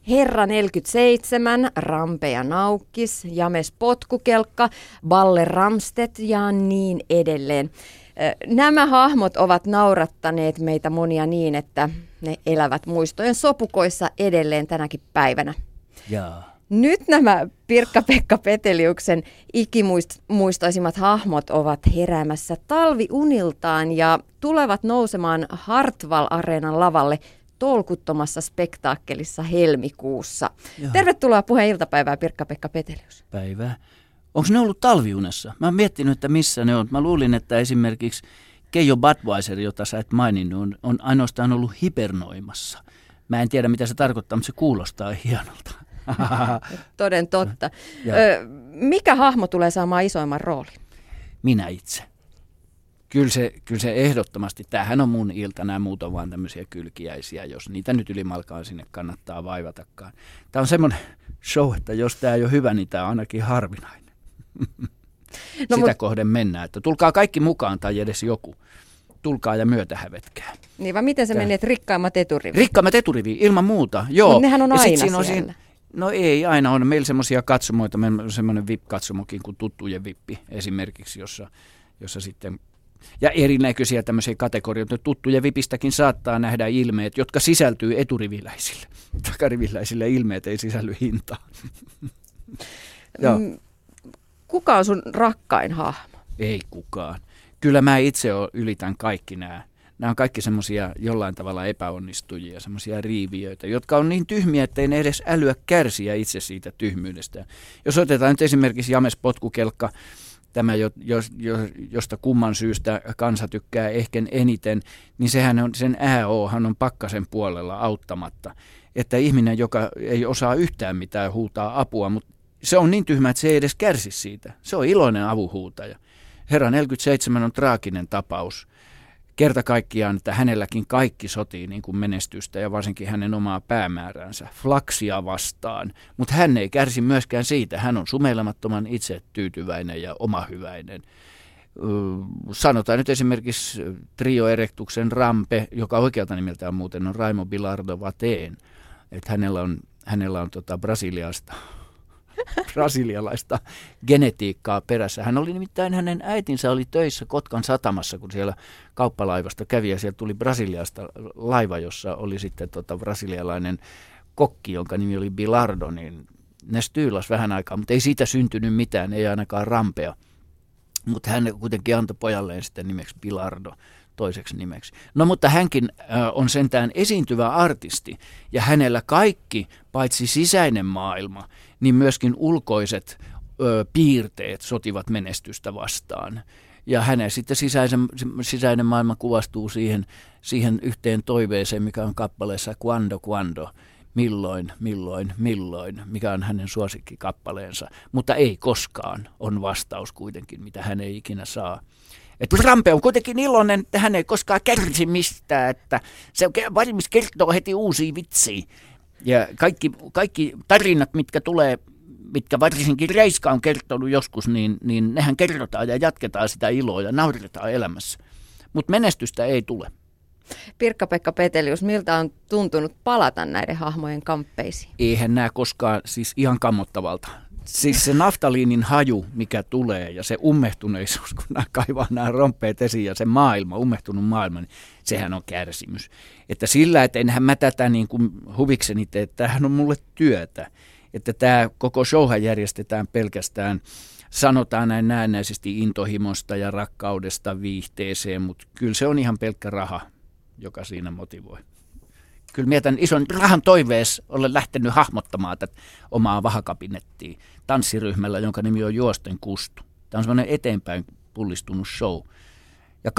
Herra 47, Rampe ja Naukkis, James Potkukelkka, Balle Ramstedt ja niin edelleen. Nämä hahmot ovat naurattaneet meitä monia niin, että ne elävät muistojen sopukoissa edelleen tänäkin päivänä. Jaa. Nyt nämä Pirkka-Pekka Peteliuksen ikimuistoisimmat hahmot ovat heräämässä talviuniltaan ja tulevat nousemaan Hartwall-areenan lavalle tolkuttomassa spektaakkelissa helmikuussa. Jaa. Tervetuloa Puheen iltapäivää, Pirkka-Pekka Petelius. Päivää. Onko ne ollut talviunessa? Mä oon miettinyt, että missä ne on. Mä luulin, että esimerkiksi Keijo Budweiser, jota sä et maininnut, on ainoastaan ollut hibernoimassa. Mä en tiedä, mitä se tarkoittaa, mutta se kuulostaa hienolta. Toden totta. Mikä hahmo tulee saamaan isoimman roolin? Minä itse. Kyllä se ehdottomasti. Tämähän on mun ilta, nämä muut on vaan tämmöisiä kylkiäisiä, jos niitä nyt ylimalkaan sinne kannattaa vaivatakaan. Tämä on semmoinen show, että jos tämä ei ole hyvä, niin tämä on ainakin harvinainen. Sitä kohden mennään, että tulkaa kaikki mukaan tai edes joku. Tulkaa ja myötähävetkää. Niin vaan miten se meni, että rikkaimmat eturiviin? Rikkaimmat eturiviin, ilman muuta, joo. Mutta nehän on aina siellä. No ei aina on. Meillä semmoisia katsomoita, meillä on semmoinen VIP-katsomokin kuin Tuttujen vippi esimerkiksi, jossa sitten, ja erinäköisiä tämmöisiä kategorioita. Tuttujen vipistäkin saattaa nähdä ilmeet, jotka sisältyy eturiviläisille. Takariviläisille ilmeet ei sisälly hintaan. Kuka on sun rakkain hahmo? Ei kukaan. Kyllä mä itse ylitän kaikki nämä. Nämä on kaikki semmoisia jollain tavalla epäonnistujia, semmoisia riiviöitä, jotka on niin tyhmiä, ettei ne edes älyä kärsiä itse siitä tyhmyydestä. Jos otetaan nyt esimerkiksi James Potkukelkka, tämä, josta kumman syystä kansa tykkää ehkä eniten, niin sehän on, sen ääohan on pakkasen puolella auttamatta. Että ihminen, joka ei osaa yhtään mitään, huutaa apua, mutta se on niin tyhmä, että se ei edes kärsi siitä. Se on iloinen avunhuutaja. Herra 47 on traaginen tapaus. Kerta kaikkiaan, että hänelläkin kaikki sotii niin kuin menestystä ja varsinkin hänen omaa päämääränsä, flaksia vastaan. Mutta hän ei kärsi myöskään siitä. Hän on sumeilemattoman itse tyytyväinen ja omahyväinen. Sanotaan nyt esimerkiksi Trio Erectuksen Rampe, joka oikealta nimeltään muuten on Raimo Bilardo Vateen. Että hänellä on brasilialaista genetiikkaa perässä. Hän oli nimittäin, hänen äitinsä oli töissä Kotkan satamassa, kun siellä kauppalaivasta kävi ja sieltä tuli Brasiliasta laiva, jossa oli sitten brasilialainen kokki, jonka nimi oli Bilardo, niin ne styylas vähän aikaa, mutta ei siitä syntynyt mitään, ei ainakaan Rampea. Mutta hän kuitenkin antoi pojalleen sitten nimeksi Bilardo toiseksi nimeksi. No mutta hänkin on sentään esiintyvä artisti ja hänellä kaikki, paitsi sisäinen maailma, niin myöskin ulkoiset piirteet sotivat menestystä vastaan. Ja hänen sitten sisäinen maailma kuvastuu siihen yhteen toiveeseen, mikä on kappaleessa Quando, milloin, mikä on hänen suosikkikappaleensa. Mutta ei koskaan on vastaus kuitenkin, mitä hän ei ikinä saa. Että Rampe on kuitenkin iloinen, että hän ei koskaan kärsi mistään, että se valmis kertoo heti uusia vitsiä. Ja kaikki tarinat, mitkä varsinkin Reiska on kertonut joskus, niin nehän kerrotaan ja jatketaan sitä iloa ja nauretaan elämässä. Mutta menestystä ei tule. Pirkka-Pekka Petelius, miltä on tuntunut palata näiden hahmojen kamppeisiin? Eihän nämä koskaan, siis ihan kammottavalta. Siis se naftaliinin haju, mikä tulee ja se ummehtuneisuus, kun kaivaa nämä rompeet esiin ja se maailma, ummehtunut maailma, niin sehän on kärsimys. Että sillä, että enhän mä tätä niin kuin huvikseni tee, että tämähän on mulle työtä. Että tämä koko showhan järjestetään pelkästään, sanotaan näin näennäisesti intohimosta ja rakkaudesta viihteeseen, mutta kyllä se on ihan pelkkä raha, joka siinä motivoi. Kyllä mietän ison rahan toiveessa olen lähtenyt hahmottamaan tätä omaa vahakabinettia tanssiryhmällä, jonka nimi on Juosten Kustu. Tämä on semmoinen eteenpäin pullistunut show. Ja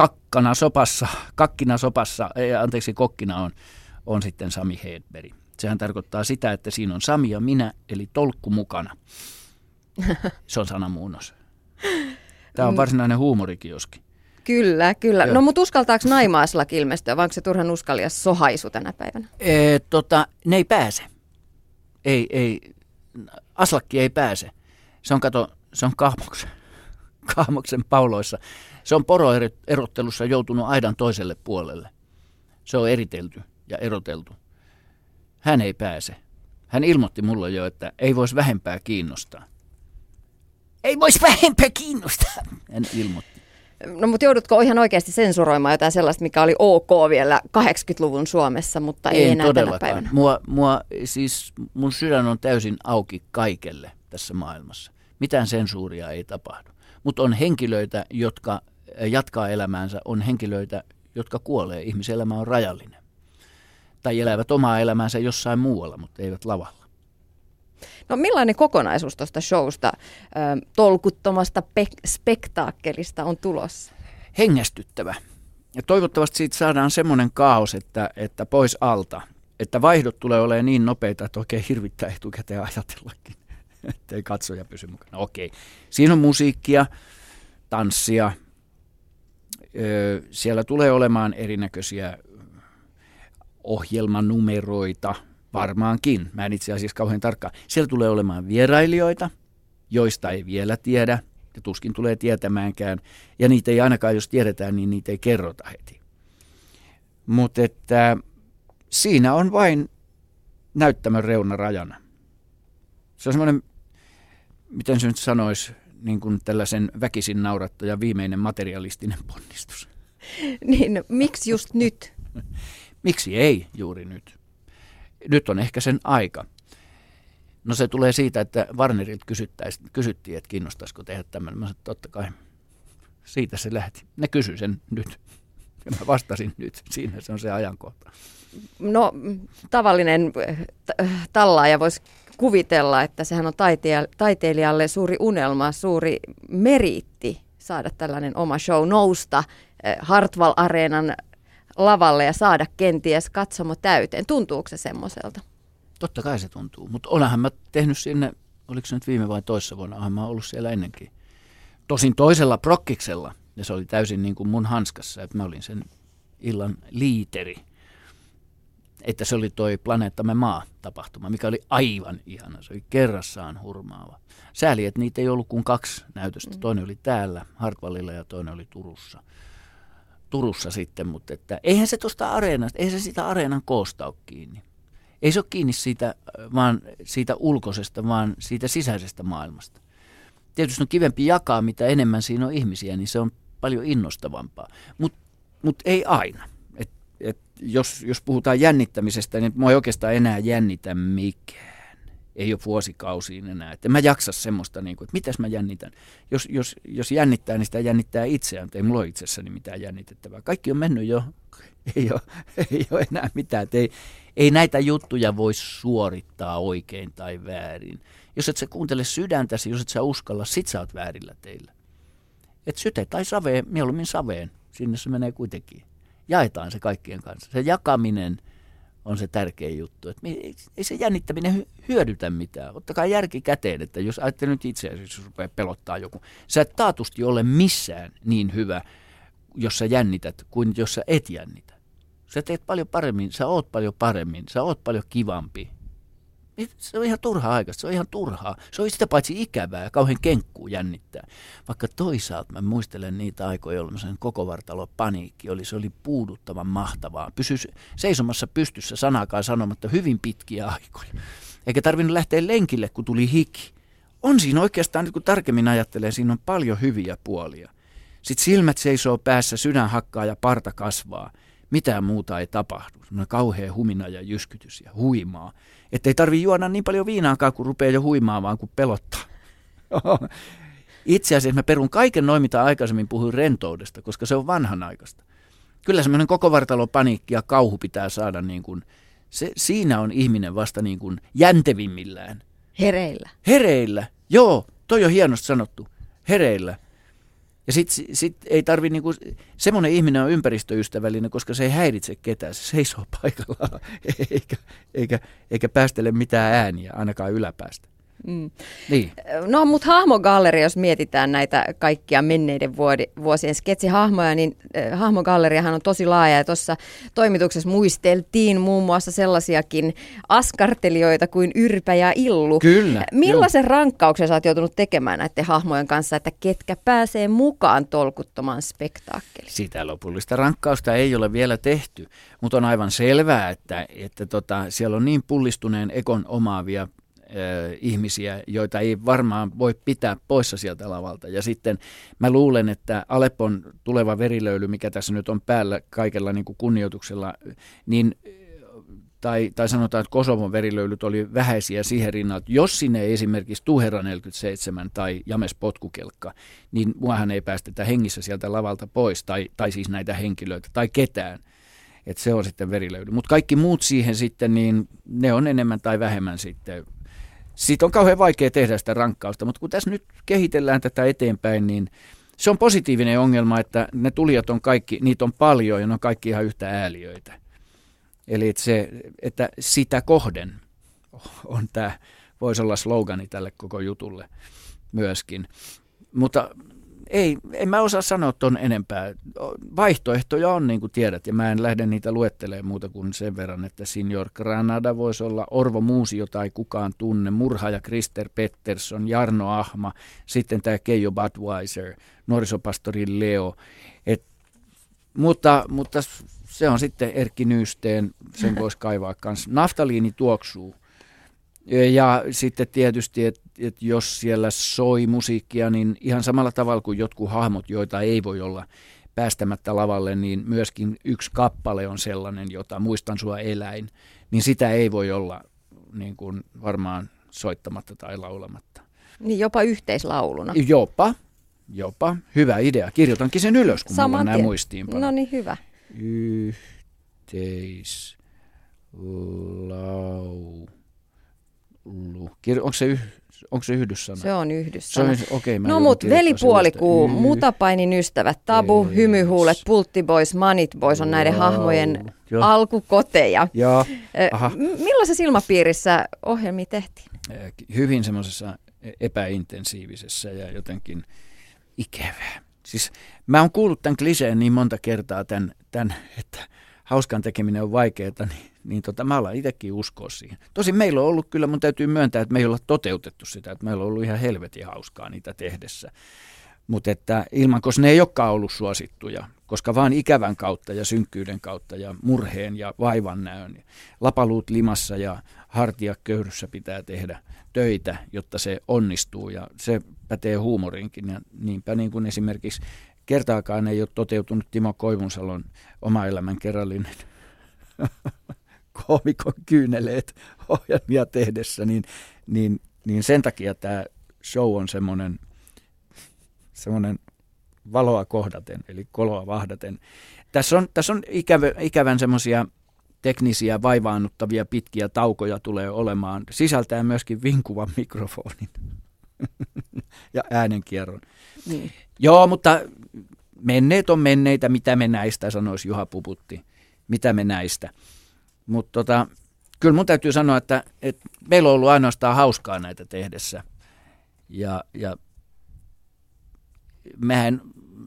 kokkina on sitten Sami Hedberg. Sehän tarkoittaa sitä, että siinä on Sami ja minä, eli tolkku mukana. Se on sanamuunnos. Tämä on varsinainen huumorikioski. Kyllä. Joo. No mutta uskaltaako Naimaaslaki ilmestyä, vai onko se turhan uskalias sohaisu tänä päivänä? Ne ei pääse. Ei. Aslakki ei pääse. Se on Kahmoksen pauloissa. Se on poroerottelussa joutunut aidan toiselle puolelle. Se on eritelty ja eroteltu. Hän ei pääse. Hän ilmoitti mulle jo, että ei voisi vähempää kiinnostaa. Ei voisi vähempää kiinnostaa, hän ilmoitti. No mutta joudutko ihan oikeasti sensuroimaan jotain sellaista, mikä oli ok vielä 80-luvun Suomessa, mutta ei enää tänä päivänä? Mun sydän on täysin auki kaikelle tässä maailmassa. Mitään sensuuria ei tapahdu. Mutta on henkilöitä, jotka jatkaa elämäänsä, on henkilöitä, jotka kuolee. Ihmiselämä on rajallinen. Tai elävät omaa elämäänsä jossain muualla, mutta eivät lavalla. No millainen kokonaisuus tuosta showsta, tolkuttomasta spektaakkelista on tulossa? Hengästyttävä. Ja toivottavasti siitä saadaan semmoinen kaos, että pois alta. Että vaihdot tulee olemaan niin nopeita, että oikein hirvittää etukäteen ajatellakin. Että ei katsoja pysy mukana. Okei. Siinä on musiikkia, tanssia. Siellä tulee olemaan erinäköisiä ohjelmanumeroita. Varmaankin. Mä en itse asiassa kauhean tarkkaan. Siellä tulee olemaan vierailijoita, joista ei vielä tiedä. Ja tuskin tulee tietämäänkään. Ja niitä ei ainakaan, jos tiedetään, niin niitä ei kerrota heti. Mutta että siinä on vain näyttämön reuna rajana. Se on semmoinen, miten se nyt sanoisi, niin kuin tällaisen väkisin naurattaja viimeinen materialistinen ponnistus. Niin, miksi just nyt? Miksi ei juuri nyt? Nyt on ehkä sen aika. No se tulee siitä, että Warnerilta kysyttiin, että kiinnostaisiko tehdä tämmöinen. Mä sanoin, että totta kai. Siitä se lähti. Ne kysyi sen nyt. Ja mä vastasin nyt. Siinä se on se ajankohta. No tavallinen tallaaja voisi kuvitella, että sehän on taiteilijalle suuri unelma, suuri meriitti saada tällainen oma show, nousta Hartwall-areenan lavalle ja saada kenties katsomo täyteen. Tuntuuko se semmoiselta? Totta kai se tuntuu, mutta olenhan mä tehnyt sinne, oliko se nyt viime vai toissa vuonna, olenhan mä ollut siellä ennenkin. Tosin toisella prokkiksella, ja se oli täysin niin kuin mun hanskassa, että mä olin sen illan liiteri. Että se oli toi Planeettamme Maa-tapahtuma, mikä oli aivan ihana. Se oli kerrassaan hurmaava. Sääli, että niitä ei ollut kuin 2 näytöstä. Toinen oli täällä Hartwallilla ja toinen oli Turussa sitten, mutta että eihän se tuosta areenasta, eihän se sitä areenan koosta ole kiinni. Ei se ole kiinni siitä ulkoisesta, vaan siitä sisäisestä maailmasta. Tietysti on kivempi jakaa, mitä enemmän siinä on ihmisiä, niin se on paljon innostavampaa. Mut ei aina. Jos puhutaan jännittämisestä, niin mua ei oikeastaan enää jännitä mikään. Ei ole vuosikausiin enää. Et en mä jaksa semmoista, niin kuin, että mitäs mä jännitän. Jos jännittää, niin sitä jännittää itseään. Ei mulla ole itsessäni mitään jännitettävää. Kaikki on mennyt jo. Ei ole enää mitään. Ei näitä juttuja voi suorittaa oikein tai väärin. Jos et sä kuuntele sydäntäsi, jos et sä uskalla, sit sä oot väärillä teillä. Et syte tai saveen, mieluummin saveen. Sinne se menee kuitenkin. Jaetaan se kaikkien kanssa. Se jakaminen on se tärkeä juttu. Että ei se jännittäminen hyödytä mitään. Ottakaa järki käteen, että jos ajattelee nyt itse asiassa, jos rupeaa pelottaa joku. Sä et taatusti ole missään niin hyvä, jos sä jännität, kuin jos sä et jännitä. Sä teet paljon paremmin, sä oot paljon paremmin, sä oot paljon kivampi. Se on ihan turhaa aikaista, se on ihan turhaa. Se on sitä paitsi ikävää ja kauhean kenkkuu jännittää. Vaikka toisaalta mä muistelen niitä aikoja, jolloin sen koko vartalo paniikki oli. Se oli puuduttavan mahtavaa. Pysyi seisomassa pystyssä sanakaan sanomatta hyvin pitkiä aikoja. Eikä tarvinnut lähteä lenkille, kun tuli hiki. On siinä oikeastaan, nyt kun tarkemmin ajattelee, siinä on paljon hyviä puolia. Sitten silmät seisoo päässä, sydän hakkaa ja parta kasvaa. Mitään muuta ei tapahdu. Semmoinen kauhea humina ja jyskytys ja huimaa. Että ei tarvitse juoda niin paljon viinaakaan, kun rupeaa jo huimaa, vaan kun pelottaa. Itse asiassa mä perun kaiken noin, mitä aikaisemmin puhuin rentoudesta, koska se on vanhanaikaista. Kyllä semmoinen koko vartalon paniikki ja kauhu pitää saada niin kuin, siinä on ihminen vasta niin kuin jäntevimmillään. Hereillä. Joo, toi on hienosti sanottu. Hereillä. Ja sit ei tarvi niinku, semmoinen ihminen on ympäristöystävällinen, koska se ei häiritse ketään, se seisoo paikallaan, eikä päästele mitään ääniä, ainakaan yläpäästä. Niin. No, mutta hahmogalleria, jos mietitään näitä kaikkia menneiden vuosien sketsihahmoja, niin hahmogalleriahan on tosi laaja. Ja tuossa toimituksessa muisteltiin muun muassa sellaisiakin askartelijoita kuin Yrpä ja Illu. Kyllä. Millaisen rankkauksen sä oot joutunut tekemään näiden hahmojen kanssa, että ketkä pääsee mukaan tolkuttomaan spektaakkeliin? Sitä lopullista rankkausta ei ole vielä tehty, mutta on aivan selvää, että siellä on niin pullistuneen ekon omaavia ihmisiä, joita ei varmaan voi pitää poissa sieltä lavalta. Ja sitten mä luulen, että Aleppon tuleva verilöyly, mikä tässä nyt on päällä kaikella niin kuin kunnioituksella, niin, tai sanotaan, että Kosovon verilöylyt oli vähäisiä siihen rinnalla, että jos sinne ei esimerkiksi tuu Herra 47 tai James Potkukelkka, niin muahan ei päästetä hengissä sieltä lavalta pois, tai siis näitä henkilöitä, tai ketään. Että se on sitten verilöyly. Mutta kaikki muut siihen sitten, niin ne on enemmän tai vähemmän sitten. Siitä on kauhean vaikea tehdä sitä rankkausta, mutta kun tässä nyt kehitellään tätä eteenpäin, niin se on positiivinen ongelma, että ne tulijat on kaikki, niitä on paljon ja ne on kaikki ihan yhtä ääliöitä. Eli että sitä kohden on tämä, voisi olla slogani tälle koko jutulle myöskin. Mutta en mä osaa sanoa ton enempää. Vaihtoehtoja on, niin kuin tiedät, ja mä en lähde niitä luettelemaan muuta kuin sen verran, että Signor Granada voisi olla Orvo Muusio tai kukaan tunne, murhaaja Krister Pettersson, Jarno Ahma, sitten tämä Keijo Budweiser, nuorisopastori Leo. Mutta se on sitten Erkki Nyysteen, sen voisi kaivaa kanssa. Naftaliini tuoksuu. Ja sitten tietysti, että jos siellä soi musiikkia, niin ihan samalla tavalla kuin jotkut hahmot, joita ei voi olla päästämättä lavalle, niin myöskin yksi kappale on sellainen, jota muistan sua eläin, niin sitä ei voi olla niin kuin varmaan soittamatta tai laulamatta. Niin jopa yhteislauluna. Jopa. Hyvä idea. Kirjoitankin sen ylös, kun mulla on nämä muistiinpanot. No niin, hyvä. Yhteislaulu. Onko se yhdyssana? Se on yhdyssana. Okay, no mut Velipuolikuu, Mutapainin ystävät, Tabu, Hymyhuulet, Pulttiboys, Manitboys on näiden hahmojen alkukoteja. Millaisessa ilmapiirissä ohjelmia tehtiin? Hyvin semmoisessa epäintensiivisessä ja jotenkin ikävää. Siis mä oon kuullut tämän kliseen niin monta kertaa, tämän että hauskan tekeminen on vaikeaa, niin mä alan itsekin uskoa siihen. Tosin meillä on ollut kyllä, mun täytyy myöntää, että me ei olla toteutettu sitä, että meillä on ollut ihan helvetin hauskaa niitä tehdessä. Mutta että koska ne ei olekaan ollut suosittuja, koska vaan ikävän kautta ja synkkyyden kautta ja murheen ja vaivan näön, lapaluut limassa ja hartia köyryssä pitää tehdä töitä, jotta se onnistuu ja se pätee huumorinkin. Ja niinpä niin kuin esimerkiksi kertaakaan ei ole toteutunut Timo Koivunsalon oma elämän kerrallinen koomikon kyyneleet ohjelmia tehdessä, niin sen takia tämä show on semmoinen valoa kohdaten, eli koloa vahdaten. Tässä on ikävän semmoisia teknisiä vaivaannuttavia pitkiä taukoja tulee olemaan. Sisältää myöskin vinkuvan mikrofonin ja äänenkierron. Niin. Joo, mutta menneet on menneitä, mitä me näistä, sanoisi Juha Puputti. Mitä me näistä. Mutta kyllä mun täytyy sanoa, että meillä on ollut ainoastaan hauskaa näitä tehdessä. Ja mä en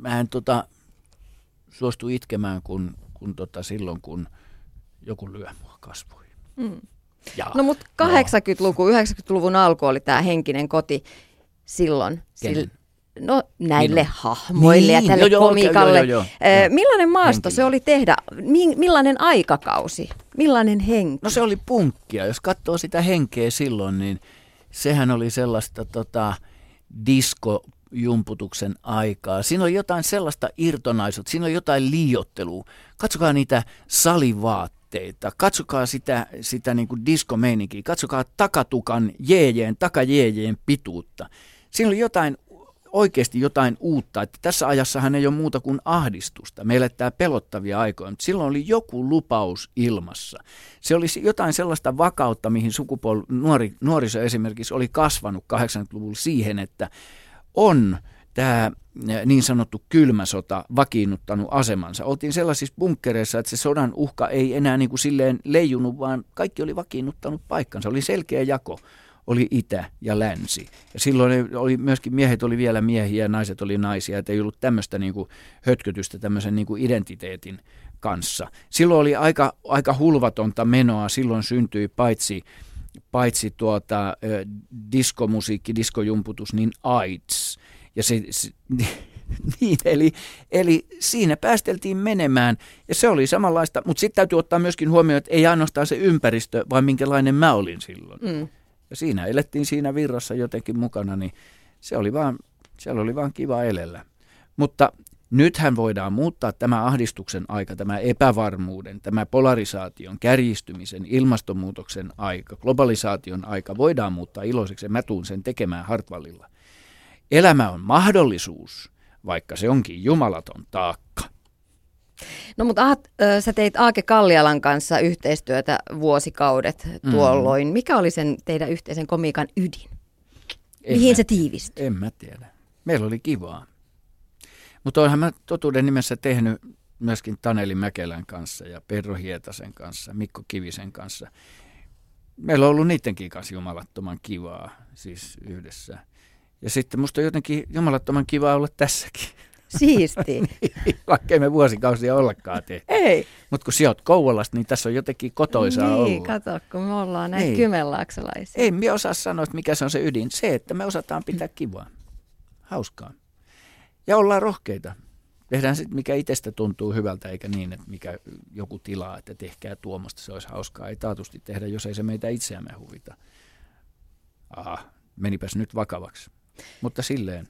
suostu itkemään silloin, kun joku lyö mua kasvoihin. No mutta 80-luku, 90-luvun alku oli tämä henkinen koti silloin. No näille hahmoille ja tälle komikalle. Millainen maasto se oli tehdä? Millainen aikakausi? Millainen henki? No se oli punkkia. Jos katsoo sitä henkeä silloin, niin sehän oli sellaista diskojumputuksen aikaa. Siinä on jotain sellaista irtonaisuutta, siinä on jotain liioittelua. Katsokaa niitä salivaatteita, katsokaa sitä niin kuin diskomeininkiä, katsokaa takatukan takajeejeen pituutta. Siinä oli oikeasti jotain uutta, että tässä ajassahan ei ole muuta kuin ahdistusta. Meillä tämä pelottavia aikoja, mutta silloin oli joku lupaus ilmassa. Se oli jotain sellaista vakautta, mihin nuoriso esimerkiksi oli kasvanut 80-luvulla siihen, että on tämä niin sanottu kylmä sota vakiinnuttanut asemansa. Oltiin sellaisissa bunkkereissa, että se sodan uhka ei enää niin kuin silleen leijunut, vaan kaikki oli vakiinnuttanut paikkansa. Oli selkeä jako. oli itä ja länsi. Ja silloin oli myöskin miehet oli vielä miehiä ja naiset oli naisia, että ei ollut tämmöistä niin kuin hötkötystä tämmöisen niin kuin identiteetin kanssa. Silloin oli aika hulvatonta menoa, silloin syntyi paitsi diskomusiikki, diskojumputus, niin AIDS. Ja niin, eli siinä päästeltiin menemään ja se oli samanlaista, mutta sitten täytyy ottaa myöskin huomioon, että ei ainoastaan se ympäristö, vaan minkälainen mä olin silloin. Ja siinä elettiin siinä virrassa jotenkin mukana, niin siellä oli vaan kiva elellä. Mutta nythän voidaan muuttaa tämä ahdistuksen aika, tämä epävarmuuden, tämä polarisaation, kärjistymisen, ilmastonmuutoksen aika, globalisaation aika voidaan muuttaa iloiseksi ja mä tuun sen tekemään Hartwallilla. Elämä on mahdollisuus, vaikka se onkin jumalaton taakka. No mutta sä teit Aake Kallialan kanssa yhteistyötä vuosikaudet tuolloin. Mikä oli sen teidän yhteisen komiikan ydin? Mihin se tiivistyi? En mä tiedä. Meillä oli kivaa. Mutta olenhan mä totuuden nimessä tehnyt myöskin Taneli Mäkelän kanssa ja Pedro Hietasen kanssa, Mikko Kivisen kanssa. Meillä on ollut niidenkin kanssa jumalattoman kivaa siis yhdessä. Ja sitten musta on jotenkin jumalattoman kivaa olla tässäkin. Siisti. Vaikka ei me vuosikausia ollakaan tehty. Ei. Mutta kun sä oot Kouvolasta, niin tässä on jotenkin kotoisaa olla. Niin, kato, kun me ollaan näin kymenlaaksalaisia. Ei me osaa sanoa, että mikä se on se ydin. Se, että me osataan pitää kivaa. Hauskaa. Ja ollaan rohkeita. Tehdään sitten, mikä itsestä tuntuu hyvältä, eikä niin, että mikä joku tilaa, että tehkää tuommoista, se olisi hauskaa. Ei taatusti tehdä, jos ei se meitä itseämme huvita. Menipäs nyt vakavaksi. Mutta silleen,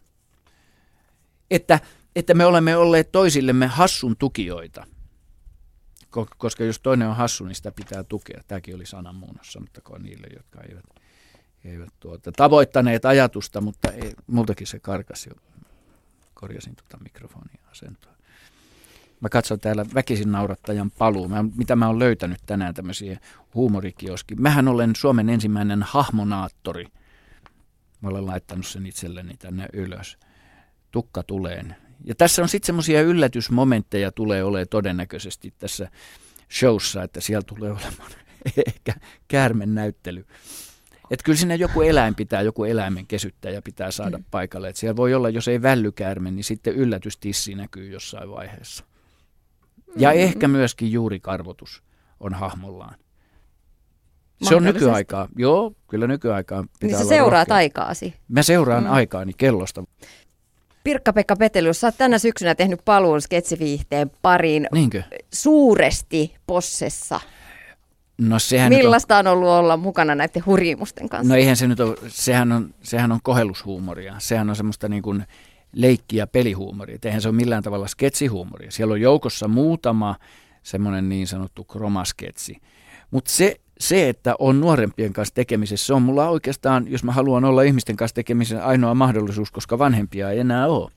että me olemme olleet toisillemme hassun tukijoita. Koska jos toinen on hassu, niin sitä pitää tukea. Tämäkin oli sananmuunnos, sanottakoon niille, jotka eivät tavoittaneet ajatusta, mutta multakin se karkasi jo. Korjasin mikrofonin asentoa. Mä katson täällä väkisin naurattajan paluu. Mitä mä oon löytänyt tänään tämmöisiä huumorikioskin. Mähän olen Suomen ensimmäinen hahmonaattori. Mä olen laittanut sen itselleni tänne ylös. Tukka tuleen. Ja tässä on sitten semmoisia yllätysmomentteja tulee olemaan todennäköisesti tässä showssa, että siellä tulee olemaan ehkä käärmen näyttely. Että kyllä sinne joku eläimen kesyttäjä pitää saada paikalle. Että siellä voi olla, jos ei vällykäärme, niin sitten yllätystissi näkyy jossain vaiheessa. Ja ehkä myöskin juurikarvotus on hahmollaan. Se on nykyaikaa. Joo, kyllä nykyaikaa pitää niin olla sä seuraat rohkea. aikaasi. Mä seuraan aikaani kellosta. Pirkka-Pekka Petelius, sä oot tänä syksynä tehnyt paluun sketsiviihteen pariin. Niinkö? Suuresti Possessa. No, millaista on ollut olla mukana näiden hurjimusten kanssa? No eihän se nyt ole, sehän on kohellushuumoria. Sehän on semmoista niin kuin leikki- ja pelihuumoria. Eihän se ole millään tavalla sketsihuumoria. Siellä on joukossa muutama semmoinen niin sanottu kromasketsi. Mutta se, että on nuorempien kanssa tekemisessä, se on mulla oikeastaan, jos mä haluan olla ihmisten kanssa tekemisessä, ainoa mahdollisuus, koska vanhempia ei enää ole.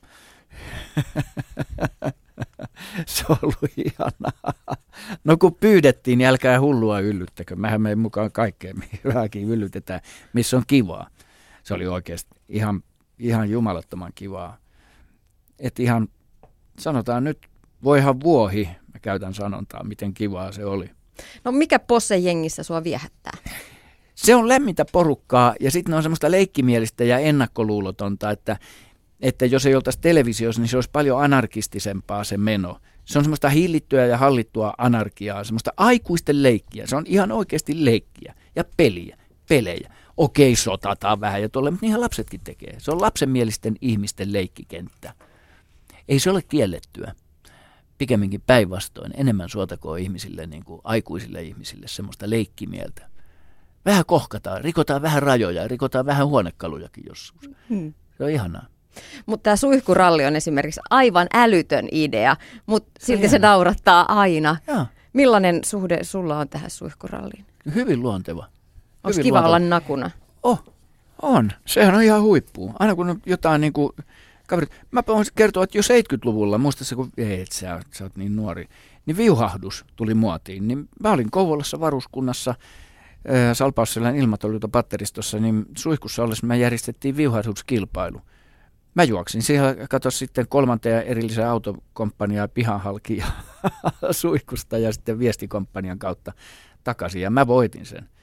Se on ollut ihanaa. No kun pyydettiin, niin älkää hullua yllyttäkö. Mähän menen mukaan kaikkeen, mihin yllytetään, missä on kivaa. Se oli oikeasti ihan jumalattoman kivaa. Että ihan, sanotaan nyt, voihan vuohi, mä käytän sanontaa, miten kivaa se oli. No mikä Possen jengissä sua viehättää? Se on lämmintä porukkaa ja sitten on semmoista leikkimielistä ja ennakkoluulotonta, että jos ei oltaisi televisiossa, niin se olisi paljon anarkistisempaa se meno. Se on semmoista hillittyä ja hallittua anarkiaa, semmoista aikuisten leikkiä. Se on ihan oikeasti leikkiä ja pelejä. Okei, sotataan vähän ja tolle, mutta niinhän lapsetkin tekee. Se on lapsenmielisten ihmisten leikkikenttä. Ei se ole kiellettyä. Pikemminkin päinvastoin. Enemmän suotakoon ihmisille, niin kuin aikuisille ihmisille, semmoista leikkimieltä. Vähän kohkataan, rikotaan vähän rajoja, rikotaan vähän huonekalujakin joskus. Se on ihanaa. Mutta tämä suihkuralli on esimerkiksi aivan älytön idea, mutta silti se naurattaa aina. Ja. Millainen suhde sulla on tähän suihkuralliin? Hyvin luonteva. Onko kiva olla nakuna? On. Sehän on ihan huippua. Aina kun on jotain niin kuin kaverit. Mä voin kertoa, että jo 70-luvulla, muista kun sä oot niin nuori, niin viuhahdus tuli muotiin. Niin mä olin Kouvolassa varuskunnassa Salpausselän ilmatorjuntapatteristossa, niin suihkussa ollessa me järjestettiin viuhahduskilpailu. Mä juoksin siellä, katsoin sitten 3. erillisen autokomppaniaa pihan halki suihkusta ja sitten viestikomppanian kautta takaisin ja mä voitin sen.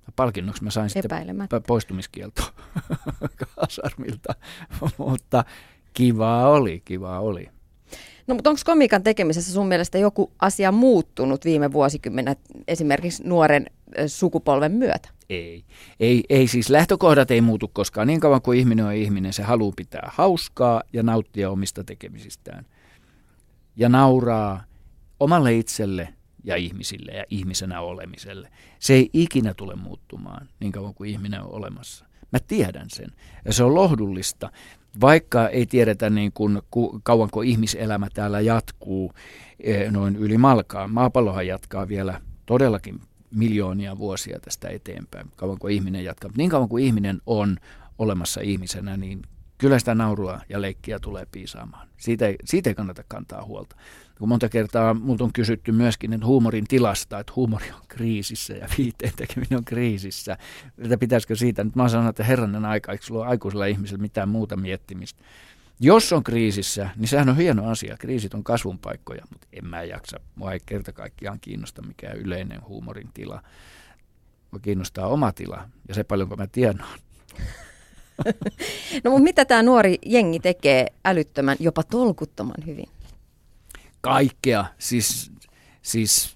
Palkinnoksi mä sain sitten poistumiskieltoa kasarmilta, mutta kivaa oli. No mutta onko komiikan tekemisessä sun mielestä joku asia muuttunut viime vuosikymmenet esimerkiksi nuoren sukupolven myötä? Ei siis lähtökohdat ei muutu koskaan. Niin kauan kuin ihminen on ihminen, se haluaa pitää hauskaa ja nauttia omista tekemisistään. Ja nauraa omalle itselle ja ihmisille ja ihmisenä olemiselle. Se ei ikinä tule muuttumaan niin kauan kuin ihminen on olemassa. Mä tiedän sen ja se on lohdullista. Vaikka ei tiedetä niin kuin kauanko ihmiselämä täällä jatkuu noin yli malkaan. Maapallohan jatkaa vielä todellakin miljoonia vuosia tästä eteenpäin, kauan kuin ihminen jatkaa. Niin kauan kuin ihminen on olemassa ihmisenä, niin kyllä sitä naurua ja leikkiä tulee piisaamaan. Siitä ei kannata kantaa huolta. Kun monta kertaa minulta on kysytty myöskin että huumorin tilasta, että huumori on kriisissä ja viihteen tekeminen on kriisissä. Että pitäisikö siitä? Nyt mä oon sanonut, että herranen aika, eikö sulla ole aikuisella ihmisellä mitään muuta miettimistä? Jos on kriisissä, niin sehän on hieno asia. Kriisit on kasvun paikkoja, mutta en mä jaksa. Mua ei kerta kaikkiaan kiinnosta mikään yleinen huumorin tila. Mua kiinnostaa oma tila ja se paljonko mä tienaan. No mutta mitä tämä nuori jengi tekee älyttömän, jopa tolkuttoman hyvin? Kaikkea. Siis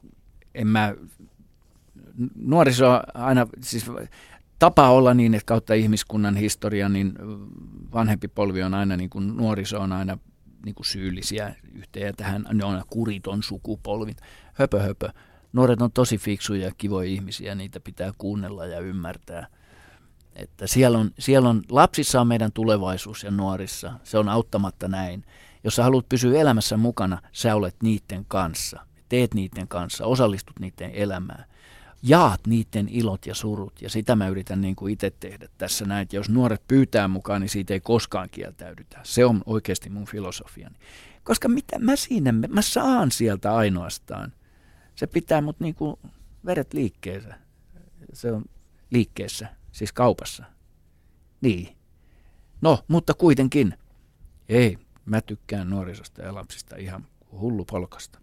nuoriso aina, siis tapa olla niin, että kautta ihmiskunnan historian, niin vanhempi polvi on aina, niin kuin nuoriso on aina niin kuin syyllisiä yhteen ja tähän, ne on kuriton sukupolvi. Höpö. Nuoret on tosi fiksuja ja kivoja ihmisiä, niitä pitää kuunnella ja ymmärtää. Että siellä on, lapsissa on meidän tulevaisuus ja nuorissa, se on auttamatta näin. Jos sä haluat pysyä elämässä mukana, sä olet niiden kanssa, teet niiden kanssa, osallistut niiden elämään. Jaat niiden ilot ja surut ja sitä mä yritän niin kuin itse tehdä tässä näin, että jos nuoret pyytää mukaan, niin siitä ei koskaan kieltäydytä. Se on oikeasti mun filosofiani. Koska mitä mä saan sieltä ainoastaan. Se pitää mut niin kuin veret liikkeessä. Se on liikkeessä, siis kaupassa. Niin. No, mutta kuitenkin. Ei, mä tykkään nuorisosta ja lapsista ihan hullupolkasta.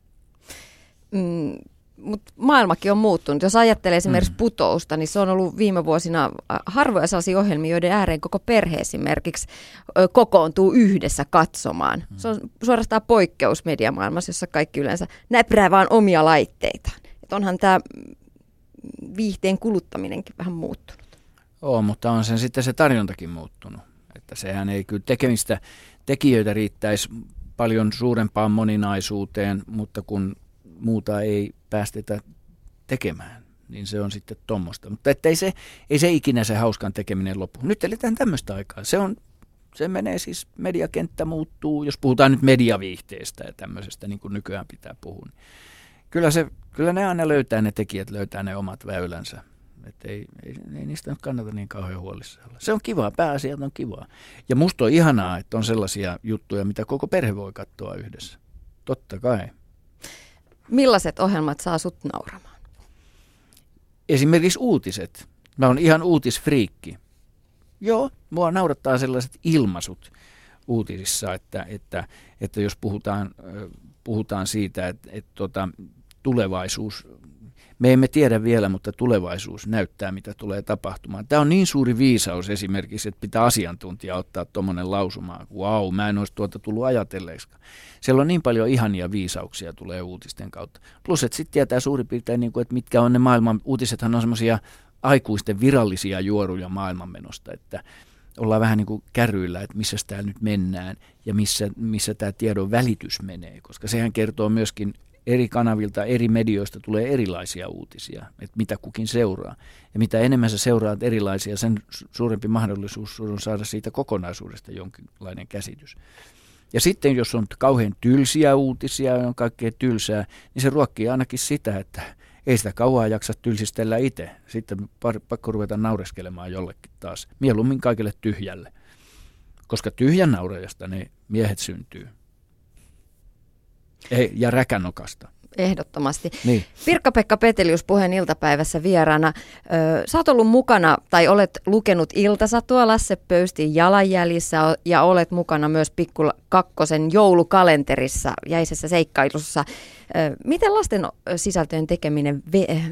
Mutta maailmakin on muuttunut. Jos ajattelee esimerkiksi Putousta, niin se on ollut viime vuosina harvoja sellaisia ohjelmia, joiden ääreen koko perhe esimerkiksi kokoontuu yhdessä katsomaan. Se on suorastaan poikkeus mediamaailmassa, jossa kaikki yleensä näprää vaan omia laitteitaan. Et onhan tämä viihteen kuluttaminenkin vähän muuttunut. Mutta on sen sitten se tarjontakin muuttunut. Että sehän ei kyllä tekijöitä riittäisi paljon suurempaan moninaisuuteen, mutta kun muuta ei päästetä tekemään, niin se on sitten tommoista. Mutta ei se ikinä se hauskan tekeminen loppu. Nyt eletään tämmöistä aikaa. Se menee siis, mediakenttä muuttuu, jos puhutaan nyt mediaviihteestä ja tämmöisestä, niin kuin nykyään pitää puhua. Niin kyllä ne aina ne tekijät löytää ne omat väylänsä. Että ei niistä nyt kannata niin kauhean huolissaan. Se on kivaa, pääasiat on kivaa. Ja musta on ihanaa, että on sellaisia juttuja, mitä koko perhe voi katsoa yhdessä. Totta kai. Millaiset ohjelmat saa sut nauramaan? Esimerkiksi uutiset. Mä oon ihan uutisfriikki. Joo, mua naurattaa sellaiset ilmaisut uutisissa, että jos puhutaan siitä, että tulevaisuus, me emme tiedä vielä, mutta tulevaisuus näyttää, mitä tulee tapahtumaan. Tämä on niin suuri viisaus esimerkiksi, että pitää asiantuntija ottaa tuommoinen lausuma. Vau, mä en olisi tullut ajatelleeksikaan. Siellä on niin paljon ihania viisauksia tulee uutisten kautta. Plus, että sitten tietää suurin piirtein, että mitkä on ne maailman, uutisethan on semmoisia aikuisten virallisia juoruja maailmanmenosta, että ollaan vähän niin kuin kärryillä, että missä täällä nyt mennään ja missä tämä tiedon välitys menee, koska sehän kertoo myöskin eri kanavilta, eri medioista tulee erilaisia uutisia, että mitä kukin seuraa. Ja mitä enemmän sä seuraat erilaisia, sen suurempi mahdollisuus on saada siitä kokonaisuudesta jonkinlainen käsitys. Ja sitten jos on kauhean tylsiä uutisia ja on kaikkea tylsää, niin se ruokkii ainakin sitä, että ei sitä kauaa jaksa tylsistellä itse. Sitten pakko ruveta naureskelemaan jollekin taas. Mieluummin kaikille tyhjälle. Koska tyhjän naurajasta ne miehet syntyy. Ei, ja räkänokasta. Ehdottomasti. Niin. Pirkka-Pekka Petelius Puheen iltapäivässä vieraana. Sä oot ollut mukana tai olet lukenut iltasatua Lasse Pöystin Jalanjäljissä ja olet mukana myös Pikku Kakkosen joulukalenterissa, jäisessä seikkailussa. Miten lasten sisältöjen tekeminen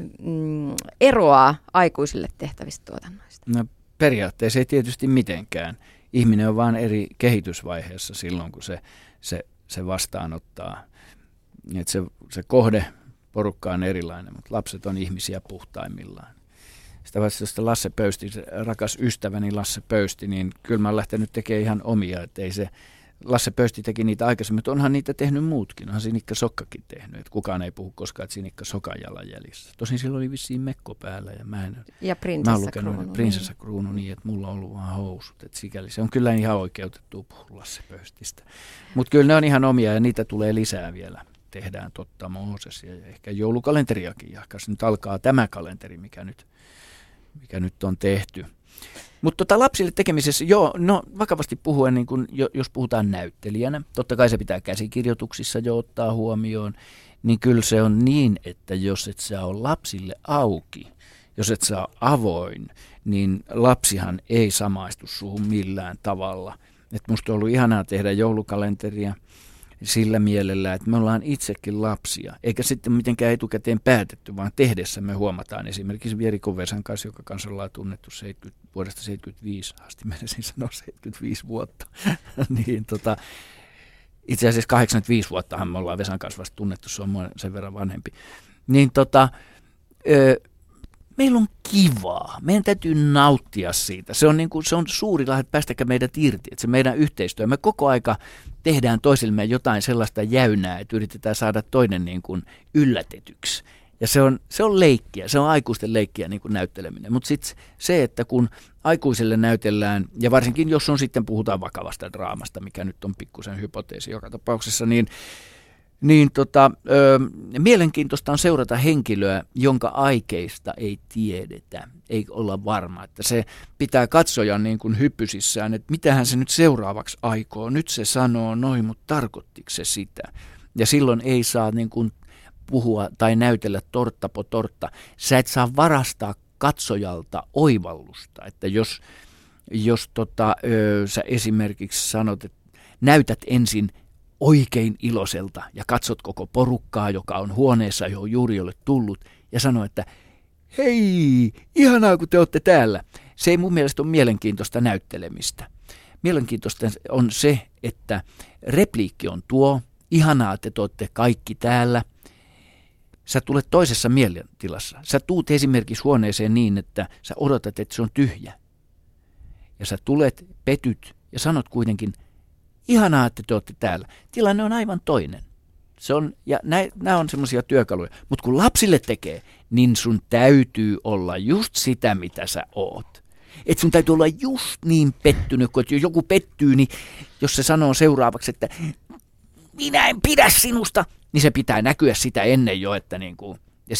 eroaa aikuisille tehtävistä tuotannoista? No, periaatteessa ei tietysti mitenkään. Ihminen on vain eri kehitysvaiheessa silloin, kun se vastaanottaa. Että se kohdeporukka on erilainen, mutta lapset on ihmisiä puhtaimmillaan. Sitä vasta Lasse Pöysti, se rakas ystäväni Lasse Pöysti, niin kyllä mä oon lähtenyt tekemään ihan omia. Että ei se, Lasse Pöysti teki niitä aikaisemmin, mutta onhan niitä tehnyt muutkin. Onhan Sinikka Sokkakin tehnyt. Että kukaan ei puhu koskaan, että Sinikka Sokan Jalanjäljissä. Tosin silloin oli vissiin mekko päällä. Ja Prinsessa Kruunu niin, että mulla on ollut vaan housut. Että sikäli se on kyllä ihan oikeutettu puhua Lasse Pöystistä. Mutta kyllä ne on ihan omia ja niitä tulee lisää vielä. Tehdään Totta Mooses ja ehkä joulukalenteriakin. Ja nyt alkaa tämä kalenteri, mikä nyt on tehty. Mutta lapsille tekemisessä, vakavasti puhuen, niin kun, jos puhutaan näyttelijänä, totta kai se pitää käsikirjoituksissa jo ottaa huomioon, niin kyllä se on niin, että jos et sä ole lapsille auki, jos et sä ole avoin, niin lapsihan ei samaistu suhun millään tavalla. Et musta on ollut ihanaa tehdä joulukalenteria sillä mielellä, että me ollaan itsekin lapsia, eikä sitten mitenkään etukäteen päätetty, vaan tehdessä me huomataan esimerkiksi Vieri Kovesan kanssa, joka kanssa ollaan tunnettu vuodesta 75 asti, menisin sanoa 75 vuotta, niin itse asiassa 85 vuottahan me ollaan Vesan kanssa vasta tunnettu, se on sen verran vanhempi, niin meillä on kivaa. Meidän täytyy nauttia siitä. Se on suuri lahja, että päästäkää meidät irti. Että se meidän yhteistyö. Me koko aika tehdään toisillemme jotain sellaista jäynää, että yritetään saada toinen niin kuin yllätetyksi. Ja se on leikkiä. Se on aikuisten leikkiä niin kuin näytteleminen. Mutta sitten se, että kun aikuisille näytellään, ja varsinkin jos puhutaan vakavasta draamasta, mikä nyt on pikkusen hypoteesi joka tapauksessa, niin mielenkiintoista on seurata henkilöä, jonka aikeista ei tiedetä, ei olla varma, että se pitää katsojan niin kuin hypysissään, että mitähän se nyt seuraavaksi aikoo, nyt se sanoo noin, mutta tarkoittiko se sitä? Ja silloin ei saa niin kuin puhua tai näytellä tortta po tortta, sä et saa varastaa katsojalta oivallusta, että jos sä esimerkiksi sanot, että näytät ensin oikein iloiselta ja katsot koko porukkaa, joka on huoneessa, johon juuri olet tullut, ja sanoo, että hei, ihanaa kun te olette täällä. Se ei mun mielestä ole mielenkiintoista näyttelemistä. Mielenkiintoista on se, että repliikki on tuo, ihanaa, että te olette kaikki täällä. Sä tulet toisessa mielentilassa. Sä tuut esimerkiksi huoneeseen niin, että sä odotat, että se on tyhjä. Ja sä tulet, petyt ja sanot kuitenkin, ihanaa, että te olette täällä. Tilanne on aivan toinen. Nämä on semmoisia työkaluja. Mutta kun lapsille tekee, niin sun täytyy olla just sitä, mitä sä oot. Että sun täytyy olla just niin pettynyt, kun jos joku pettyy, niin jos se sanoo seuraavaksi, että minä en pidä sinusta, niin se pitää näkyä sitä ennen jo. Että niin kuin, ja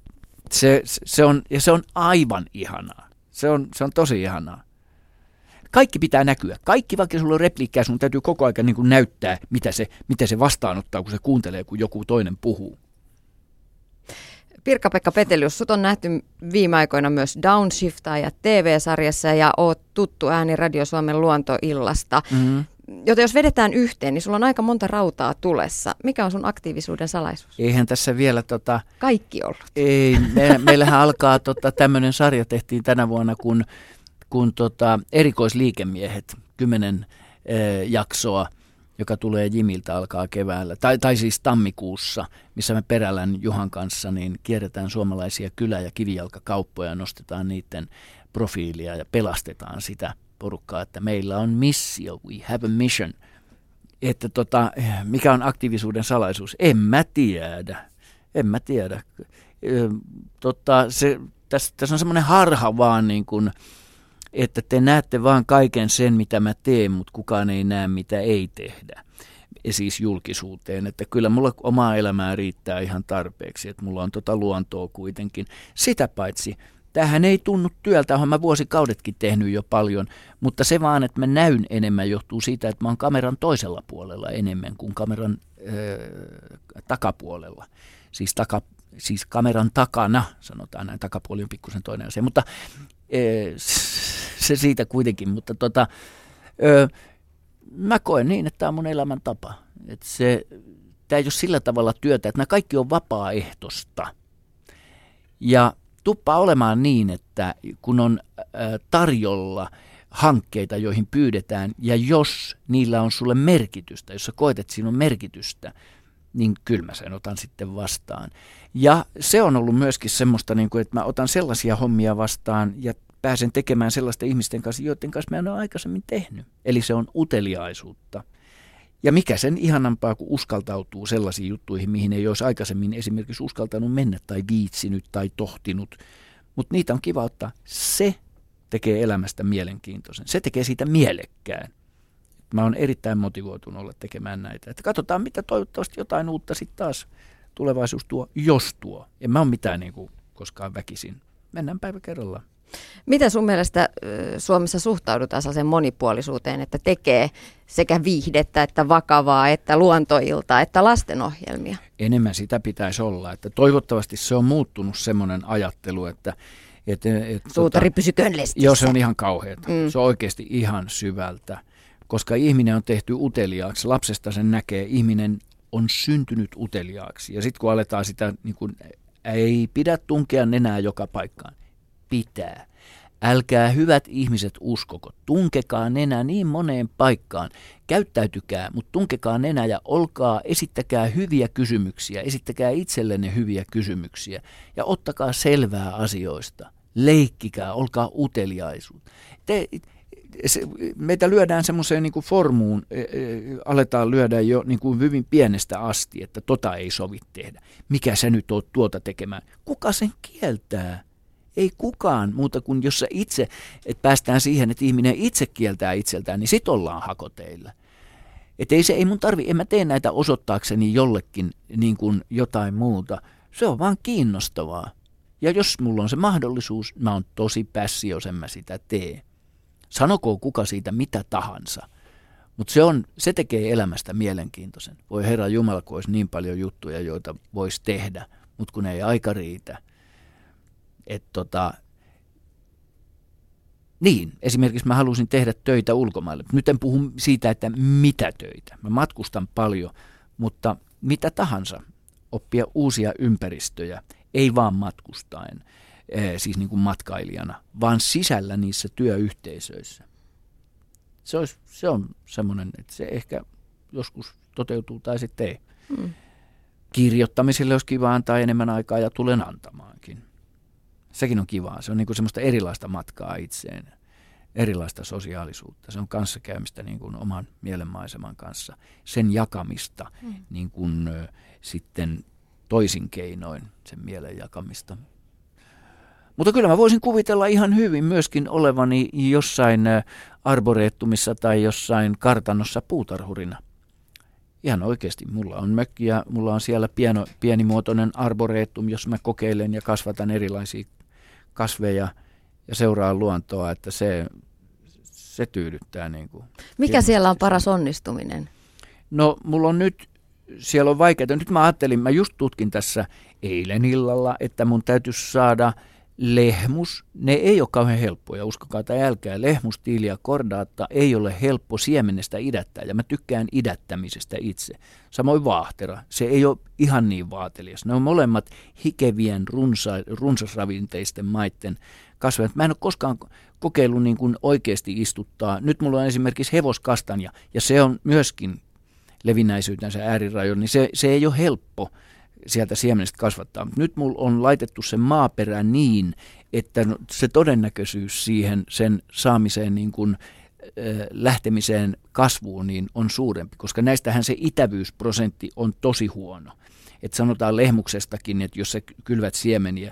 se on aivan ihanaa. Se on tosi ihanaa. Kaikki pitää näkyä. Kaikki, vaikka sulla on repliikkää, sun täytyy koko ajan niin kuin näyttää, mitä se vastaanottaa, kun se kuuntelee, kun joku toinen puhuu. Pirkka-Pekka Petelius, sut on nähty viime aikoina myös Downshiftaaja TV-sarjassa ja oot tuttu ääni Radio Suomen luontoillasta. Mm-hmm. Joten jos vedetään yhteen, niin sulla on aika monta rautaa tulessa. Mikä on sun aktiivisuuden salaisuus? Eihän tässä vielä kaikki ollut. Ei, meillähän alkaa tämmöinen sarja tehtiin tänä vuonna, kun erikoisliikemiehet, 10 jaksoa, joka tulee Jimiltä, alkaa keväällä, tai siis tammikuussa, missä me Perälän Juhan kanssa niin kierretään suomalaisia kylä- ja kivijalkakauppoja, nostetaan niiden profiilia ja pelastetaan sitä porukkaa, että meillä on missio, we have a mission. Että mikä on aktiivisuuden salaisuus? En mä tiedä. Tässä on semmoinen harha vaan niin kuin, että te näette vaan kaiken sen, mitä mä teen, mutta kukaan ei näe, mitä ei tehdä. Ja siis julkisuuteen, että kyllä mulla omaa elämää riittää ihan tarpeeksi, että mulla on luontoa kuitenkin. Sitä paitsi, tämähän ei tunnu työltä, olen mä vuosikaudetkin tehnyt jo paljon, mutta se vaan, että mä näyn enemmän, johtuu siitä, että mä oon kameran toisella puolella enemmän kuin kameran takapuolella. siis kameran takana, sanotaan näin, takapuoli on pikkusen toinen asia, mutta se siitä kuitenkin, mutta mä koen niin, että tämä on mun elämäntapa. Tämä ei ole sillä tavalla työtä, että nämä kaikki on vapaaehtoista. Ja tuppaa olemaan niin, että kun on tarjolla hankkeita, joihin pyydetään, ja jos niillä on sulle merkitystä, jos sä koet, että siinä on merkitystä, niin kyllä mä sen otan sitten vastaan. Ja se on ollut myöskin semmoista, että mä otan sellaisia hommia vastaan ja pääsen tekemään sellaisten ihmisten kanssa, joiden kanssa mä en ole aikaisemmin tehnyt. Eli se on uteliaisuutta. Ja mikä sen ihanampaa, kun uskaltautuu sellaisiin juttuihin, mihin ei olisi aikaisemmin esimerkiksi uskaltanut mennä tai viitsinyt tai tohtinut. Mutta niitä on kiva ottaa. Se tekee elämästä mielenkiintoisen. Se tekee siitä mielekkään. Mä oon erittäin motivoitunut olla tekemään näitä. Että katsotaan, mitä toivottavasti jotain uutta sitten taas tulevaisuus tuo, jos tuo. En mä ole mitään koskaan väkisin. Mennään päivä kerrallaan. Miten sun mielestä Suomessa suhtaudutaan sellaiseen monipuolisuuteen, että tekee sekä viihdettä, että vakavaa, että luontoiltaa, että lastenohjelmia? Enemmän sitä pitäisi olla. Että toivottavasti se on muuttunut semmoinen ajattelu, että suutari pysyköön lestissä. Joo, se on ihan kauheata. Se on oikeasti ihan syvältä, koska ihminen on tehty uteliaaksi. Lapsesta sen näkee, ihminen on syntynyt uteliaaksi. Ja sitten kun aletaan sitä, ei pidä tunkea nenää joka paikkaan. Pitää. Älkää hyvät ihmiset uskoko. Tunkekaa nenä niin moneen paikkaan. Käyttäytykää, mutta tunkekaa nenä ja esittäkää hyviä kysymyksiä. Esittäkää itsellenne hyviä kysymyksiä ja ottakaa selvää asioista. Leikkikää, olkaa uteliaisuutta. Meitä lyödään semmoiseen formuun, aletaan lyödä jo hyvin pienestä asti, että ei sovi tehdä. Mikä sä nyt oot tuota tekemään? Kuka sen kieltää? Ei kukaan muuta kuin jos sä itse, että päästään siihen, että ihminen itse kieltää itseltään, niin sit ollaan hakoteilla. Että ei mun en mä tee näitä osoittaakseni jollekin niin kuin jotain muuta. Se on vaan kiinnostavaa. Ja jos mulla on se mahdollisuus, mä oon tosi pässi, jos en mä sitä tee. Sanokoon kuka siitä mitä tahansa. Mutta se tekee elämästä mielenkiintoisen. Voi Herra Jumala, kun olisi niin paljon juttuja, joita voisi tehdä, mutta kun ei aika riitä. Niin, esimerkiksi mä halusin tehdä töitä ulkomaille. Nyt en puhu siitä, että mitä töitä. Mä matkustan paljon, mutta mitä tahansa. Oppia uusia ympäristöjä, ei vaan matkustaen, siis niin kuin matkailijana, vaan sisällä niissä työyhteisöissä. Se on semmoinen, että se ehkä joskus toteutuu tai sitten ei. Kirjoittamiselle olisi kiva antaa enemmän aikaa ja tulen antamaankin. Sekin on kivaa. Se on niin kuin semmoista erilaista matkaa itseen, erilaista sosiaalisuutta. Se on kanssakäymistä niin kuin oman mielenmaiseman kanssa. Sen jakamista niin kuin sitten toisin keinoin, sen mielen jakamista. Mutta kyllä mä voisin kuvitella ihan hyvin myöskin olevani jossain arboreettumissa tai jossain kartanossa puutarhurina. Ihan oikeasti. Mulla on mökki ja mulla on siellä pienimuotoinen arboreettum, jos mä kokeilen ja kasvatan erilaisia kasveja ja seuraan luontoa, että se tyydyttää. Mikä siellä on paras onnistuminen? No mulla on nyt, siellä on vaikeaa. Nyt mä just tutkin tässä eilen illalla, että mun täytyisi saada lehmus. Ne ei ole kauhean helppoja, uskokaa tai älkää. Lehmus, tiili ja kordaatta ei ole helppo siemenestä idättää ja mä tykkään idättämisestä itse. Samoin vaahtera, se ei ole ihan niin vaatelias. Ne on molemmat hikevien runsasravinteisten maitten kasveja. Mä en ole koskaan kokeillut niin kuin oikeasti istuttaa. Nyt mulla on esimerkiksi hevoskastanja ja se on myöskin levinnäisyytensä äärirajoilla, niin se ei ole helppo sieltä siemenestä kasvattaa. Nyt mulla on laitettu se maaperä niin, että se todennäköisyys siihen sen saamiseen niin kuin, lähtemiseen kasvuun niin on suurempi, koska näistähän se itävyysprosentti on tosi huono. Et sanotaan lehmuksestakin, että jos sä kylvät siemeniä,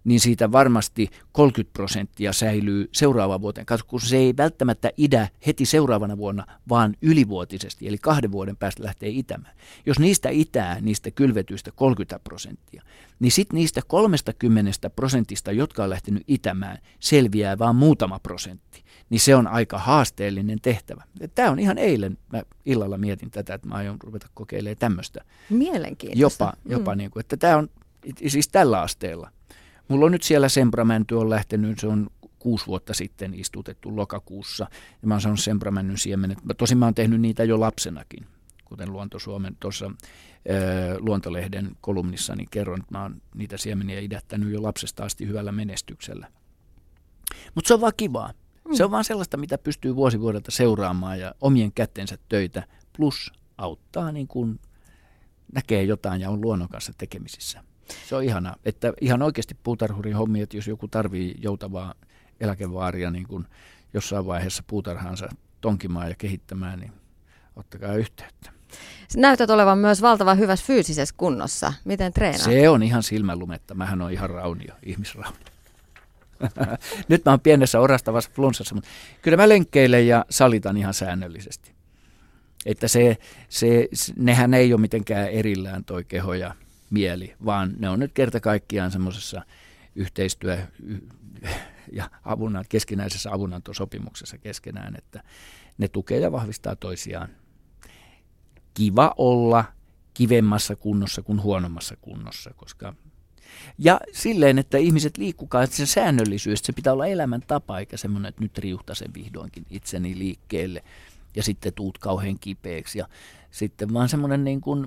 niin siitä varmasti 30% säilyy seuraavaan vuoteen. Katso, kun se ei välttämättä idä heti seuraavana vuonna, vaan ylivuotisesti, eli 2 vuoden päästä lähtee itämään. Jos niistä itää, niistä kylvetyistä 30%, niin sitten niistä 30%, jotka on lähtenyt itämään, selviää vain muutama prosentti. Niin se on aika haasteellinen tehtävä. Tämä on ihan eilen, mä illalla mietin tätä, että mä aion ruveta kokeilemaan tämmöistä. Mielenkiintoista. Jopa niin kuin, että tämä on siis tällä asteella. Mulla on nyt siellä sembramenty on lähtenyt, se on 6 vuotta sitten istutettu lokakuussa. Ja mä oon saanut sembramännyn siemenet. Tosin mä oon tehnyt niitä jo lapsenakin, kuten Luonto-Suomen tuossa Luontolehden kolumnissani kerron, että mä oon niitä siemeniä idättänyt jo lapsesta asti hyvällä menestyksellä. Mutta se on vaan kivaa. Se on vaan sellaista, mitä pystyy vuosi vuodelta seuraamaan ja omien kättensä töitä, plus auttaa niin kuin näkee jotain ja on luonnon kanssa tekemisissä. Se on ihanaa, että ihan oikeasti puutarhurin hommi, että jos joku tarvii joutavaa eläkevaaria niin kuin jossain vaiheessa puutarhaansa tonkimaan ja kehittämään, niin ottakaa yhteyttä. Näytät olevan myös valtavan hyvässä fyysisessä kunnossa. Miten treenaat? Se on ihan silmänlumetta. Mähän on ihan raunio, ihmisraunio. Nyt mä oon pienessä orastavassa flunssassa, mutta kyllä mä lenkkeilen ja salitan ihan säännöllisesti. Että nehän ei ole mitenkään erillään toi keho ja mieli, vaan ne on nyt kerta kaikkiaan semmoisessa yhteistyö- ja keskinäisessä avunantosopimuksessa keskenään, että ne tukee ja vahvistaa toisiaan. Kiva olla kivemmassa kunnossa kuin huonommassa kunnossa, koska ja silleen, että ihmiset liikkukaa, että se säännöllisyys, se pitää olla elämäntapa, eikä semmoinen, että nyt riuhtaisen vihdoinkin itseni liikkeelle ja sitten tuut kauhean kipeäksi. Ja sitten vaan semmoinen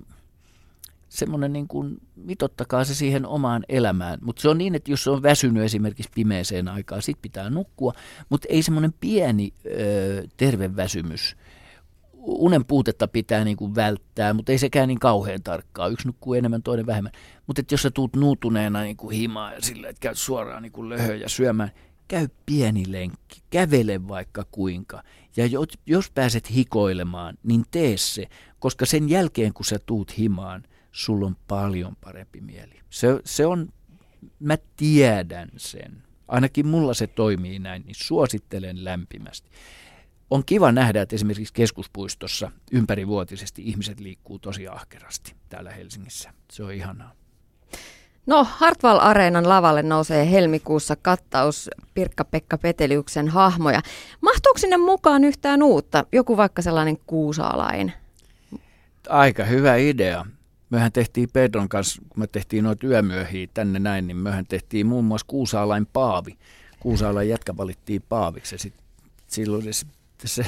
niin kuin mitottakaa se siihen omaan elämään. Mutta se on niin, että jos se on väsynyt esimerkiksi pimeeseen aikaan, sit pitää nukkua, mutta ei semmoinen pieni terve väsymys. Unen puutetta pitää niin kuin välttää, mutta ei sekään niin kauhean tarkkaa. Yksi nukkuu enemmän, toinen vähemmän. Mutta jos sä tuut nuutuneena niin kuin himaan ja sillä, että käyt suoraan niin kuin löhöjä syömään, käy pieni lenkki, kävele vaikka kuinka. Ja jos pääset hikoilemaan, niin tee se, koska sen jälkeen kun sä tuut himaan, sulla on paljon parempi mieli. Se on, mä tiedän sen. Ainakin mulla se toimii näin, niin suosittelen lämpimästi. On kiva nähdä, että esimerkiksi keskuspuistossa ympärivuotisesti ihmiset liikkuu tosi ahkerasti täällä Helsingissä. Se on ihanaa. No, Hartwall-areenan lavalle nousee helmikuussa kattaus Pirkka-Pekka Peteliuksen hahmoja. Mahtuuko sinne mukaan yhtään uutta? Joku vaikka sellainen kuusaalain? Aika hyvä idea. Mehän tehtiin Pedron kanssa, kun me tehtiin noita yömyöhiä tänne näin, niin mehän tehtiin muun muassa kuusaalain paavi. Kuusaalain jätkä valittiin paaviksi ja sitten silloin se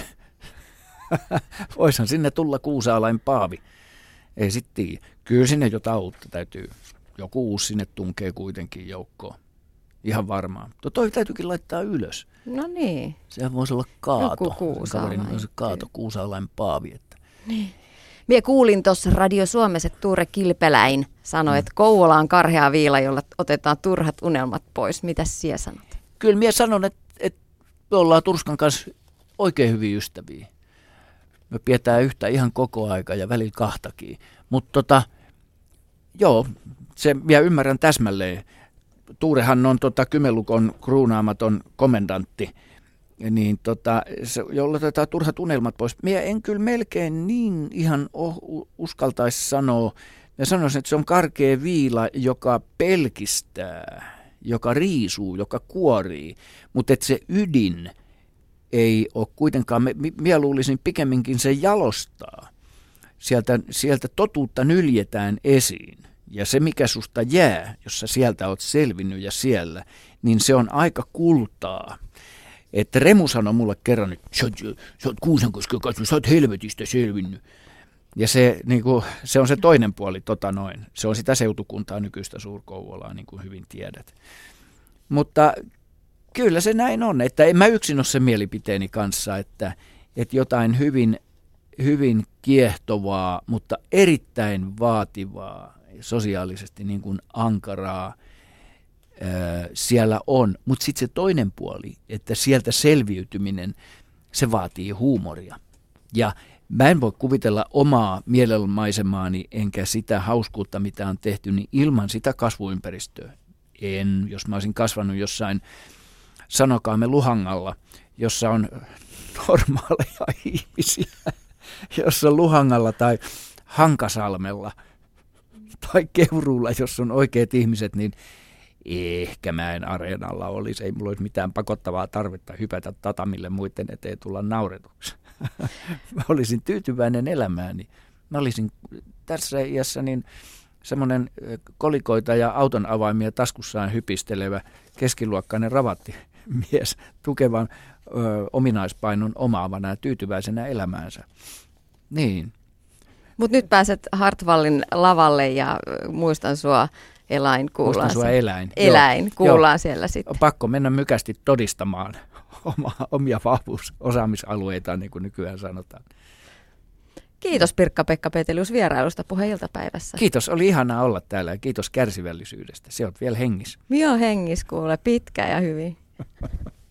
voisihan sinne tulla kuusaalain paavi. Ei sitten tiedä. Kyllä sinne jotain uutta täytyy. Joku uusi sinne tunkee kuitenkin joukkoon. Ihan varmaan. Toi täytyykin laittaa ylös. No niin. Sehän voisi olla kaato. Joku kuusaalain. Kuusaalain paavi. Että. Niin. Mie kuulin tuossa Radio Suomessa, että Tuure Kilpeläin sanoi, että Kouvola on karhea viila, jolla otetaan turhat unelmat pois. Mitäs sinä sanot? Kyllä minä sanon, että me ollaan Turskan kanssa oikein hyviä ystäviä. Me pidetään yhtä ihan koko aika ja välillä kahtakin. Mutta joo, se minä ymmärrän täsmälleen. Tuurehan on Kymenlukon kruunaamaton komendantti, niin jolla otetaan turhat unelmat pois. Minä en kyllä melkein niin ihan uskaltaisi sanoa. Mä sanoisin, että se on karkea viila, joka pelkistää, joka riisuu, joka kuorii, mutta että se ydin ei ole kuitenkaan, minä luulisin pikemminkin se jalostaa. Sieltä totuutta nyljetään esiin. Ja se, mikä susta jää, jos sä sieltä oot selvinnyt ja siellä, niin se on aika kultaa. Että Remu sanoi mulle kerran, että sä oot Kuusankosken kasvu, sä oot helvetistä selvinnyt. Ja se on se toinen puoli, se on sitä seutukuntaa, nykyistä Suur-Kouvolaa, niin kuin hyvin tiedät. Mutta kyllä se näin on, että en mä yksin ole sen mielipiteeni kanssa, että jotain hyvin, hyvin kiehtovaa, mutta erittäin vaativaa, sosiaalisesti niin kuin ankaraa siellä on. Mutta sitten se toinen puoli, että sieltä selviytyminen, se vaatii huumoria. Ja mä en voi kuvitella omaa mielenmaisemaani enkä sitä hauskuutta, mitä on tehty, niin ilman sitä kasvuympäristöä. En, jos mä olisin kasvanut jossain, sanokaamme Luhangalla, jossa on normaaleja ihmisiä, jossa Luhangalla tai Hankasalmella tai Keuruulla, jos on oikeat ihmiset, niin ehkä mä en areenalla olisi. Ei mulla olisi mitään pakottavaa tarvetta hypätä tatamille muiden eteen tulla nauretuksi. Mä olisin tyytyväinen elämääni. Mä olisin tässä iässä niin semmoinen kolikoita ja auton avaimia taskussaan hypistelevä keskiluokkainen ravattimies tukevan ominaispainon omaavana ja tyytyväisenä elämäänsä. Niin. Mutta nyt pääset Hartwallin lavalle ja muistan sua eläin kuullaan. Muistan sua eläin. Eläin kuullaan siellä sitten. On pakko mennä mykästi todistamaan omia vahvuusosaamisalueitaan, niin kuin nykyään sanotaan. Kiitos Pirkka-Pekka Petelius vierailusta Puheen iltapäivässä. Kiitos, oli ihanaa olla täällä ja kiitos kärsivällisyydestä. Se on vielä hengissä. Mio hengis kuule, pitkä ja hyvin.